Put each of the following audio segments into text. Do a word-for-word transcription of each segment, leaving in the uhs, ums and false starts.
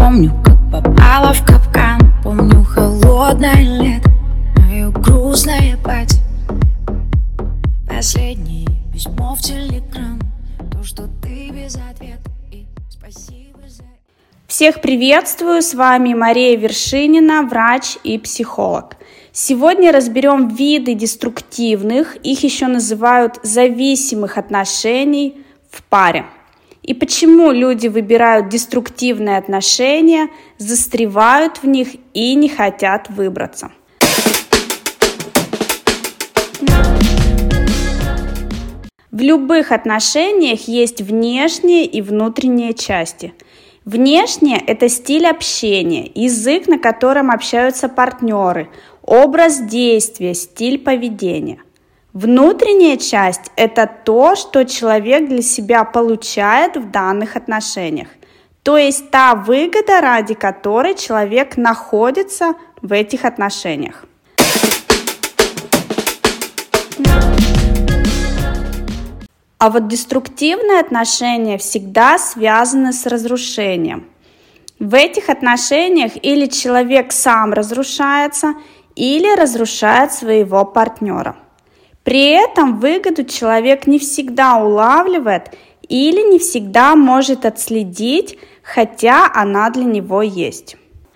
помню, как попала в капкан. Помню холодное лето, мое грустное платье, последнее письмо в телеграм, то, что ты без ответа, и спасибо за... Всех приветствую, с вами Мария Вершинина, врач и психолог. Сегодня разберем виды деструктивных, их еще называют зависимых отношений в паре. И почему люди выбирают деструктивные отношения, застревают в них и не хотят выбраться. В любых отношениях есть внешние и внутренние части. Внешнее – это стиль общения, язык, на котором общаются партнеры, образ действия, стиль поведения. Внутренняя часть – это то, что человек для себя получает в данных отношениях, то есть та выгода, ради которой человек находится в этих отношениях. А вот деструктивные отношения всегда связаны с разрушением. В этих отношениях или человек сам разрушается, или разрушает своего партнера. При этом выгоду человек не всегда улавливает или не всегда может отследить, хотя она для него есть.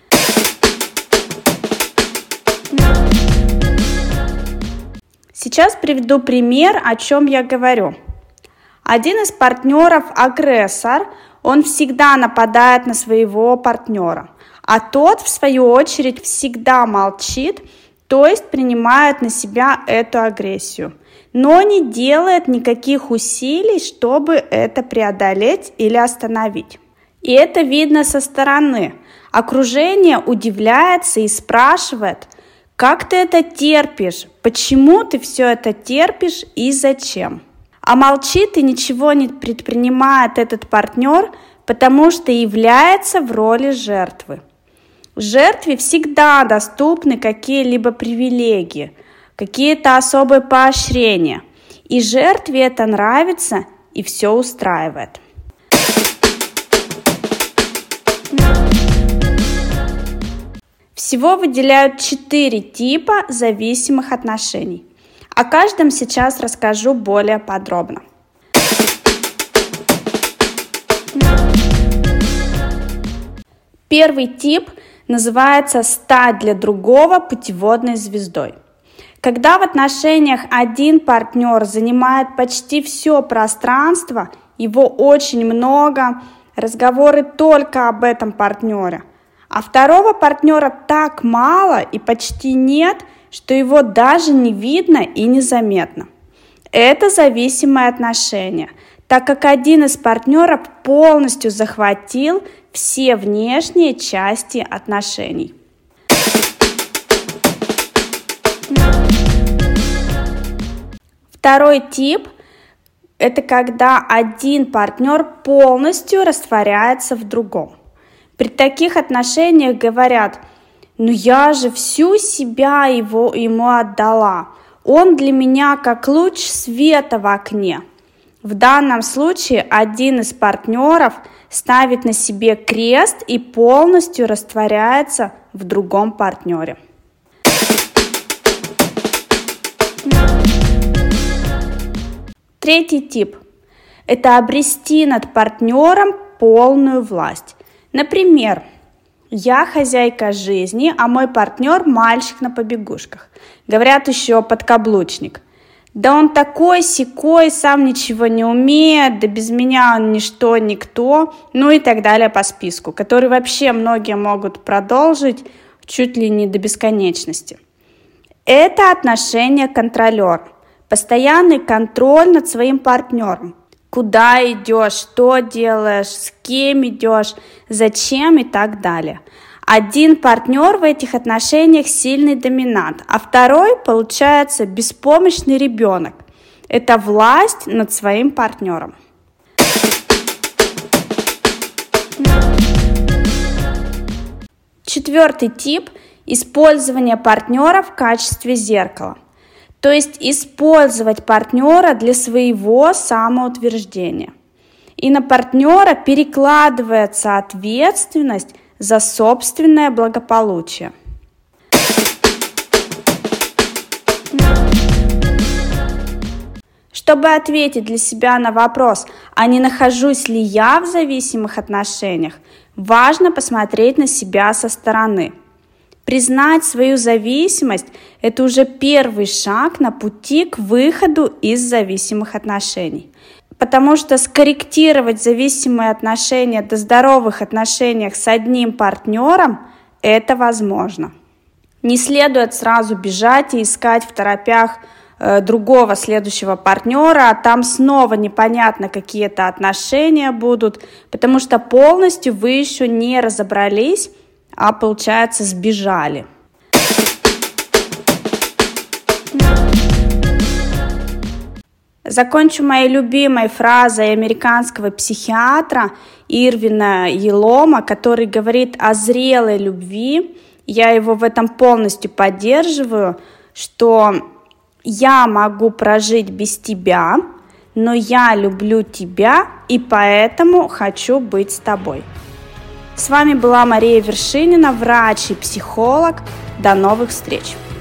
Сейчас приведу пример, о чем я говорю. Один из партнеров агрессор, он всегда нападает на своего партнера, а тот, в свою очередь, всегда молчит, то есть принимает на себя эту агрессию, но не делает никаких усилий, чтобы это преодолеть или остановить. И это видно со стороны. Окружение удивляется и спрашивает: как ты это терпишь, почему ты все это терпишь и зачем? А молчит и ничего не предпринимает этот партнер, потому что является в роли жертвы. Жертве всегда доступны какие-либо привилегии, какие-то особые поощрения. И жертве это нравится и все устраивает. Всего выделяют четыре типа зависимых отношений. О каждом сейчас расскажу более подробно. Первый тип называется «стать для другого путеводной звездой». Когда в отношениях один партнер занимает почти все пространство, его очень много, разговоры только об этом партнере, а второго партнера так мало и почти нет, что его даже не видно и незаметно. Это зависимые отношения, так как один из партнеров полностью захватил все внешние части отношений. Второй тип – это когда один партнер полностью растворяется в другом. При таких отношениях говорят: «Ну я же всю себя его, ему отдала, он для меня как луч света в окне». В данном случае один из партнеров ставит на себе крест и полностью растворяется в другом партнере. Третий тип – это обрести над партнером полную власть. Например, я хозяйка жизни, а мой партнер – мальчик на побегушках. Говорят еще подкаблучник. Да он такой-сякой, сам ничего не умеет, да без меня он ничто, никто, ну и так далее по списку, который вообще многие могут продолжить чуть ли не до бесконечности. Это отношение контролер, постоянный контроль над своим партнером. Куда идешь, что делаешь, с кем идешь, зачем и так далее. Один партнер в этих отношениях сильный доминант, а второй, получается, беспомощный ребенок. Это власть над своим партнером. Четвертый тип – использование партнера в качестве зеркала. То есть использовать партнера для своего самоутверждения. И на партнера перекладывается ответственность за собственное благополучие. Чтобы ответить для себя на вопрос, а не нахожусь ли я в зависимых отношениях, важно посмотреть на себя со стороны. Признать свою зависимость – это уже первый шаг на пути к выходу из зависимых отношений. Потому что скорректировать зависимые отношения до здоровых отношений с одним партнером – это возможно. Не следует сразу бежать и искать второпях э, другого следующего партнера, а там снова непонятно какие-то отношения будут, потому что полностью вы еще не разобрались, а получается сбежали. Закончу моей любимой фразой американского психиатра Ирвина Елома, который говорит о зрелой любви. Я его в этом полностью поддерживаю, что я могу прожить без тебя, но я люблю тебя и поэтому хочу быть с тобой. С вами была Мария Вершинина, врач и психолог. До новых встреч!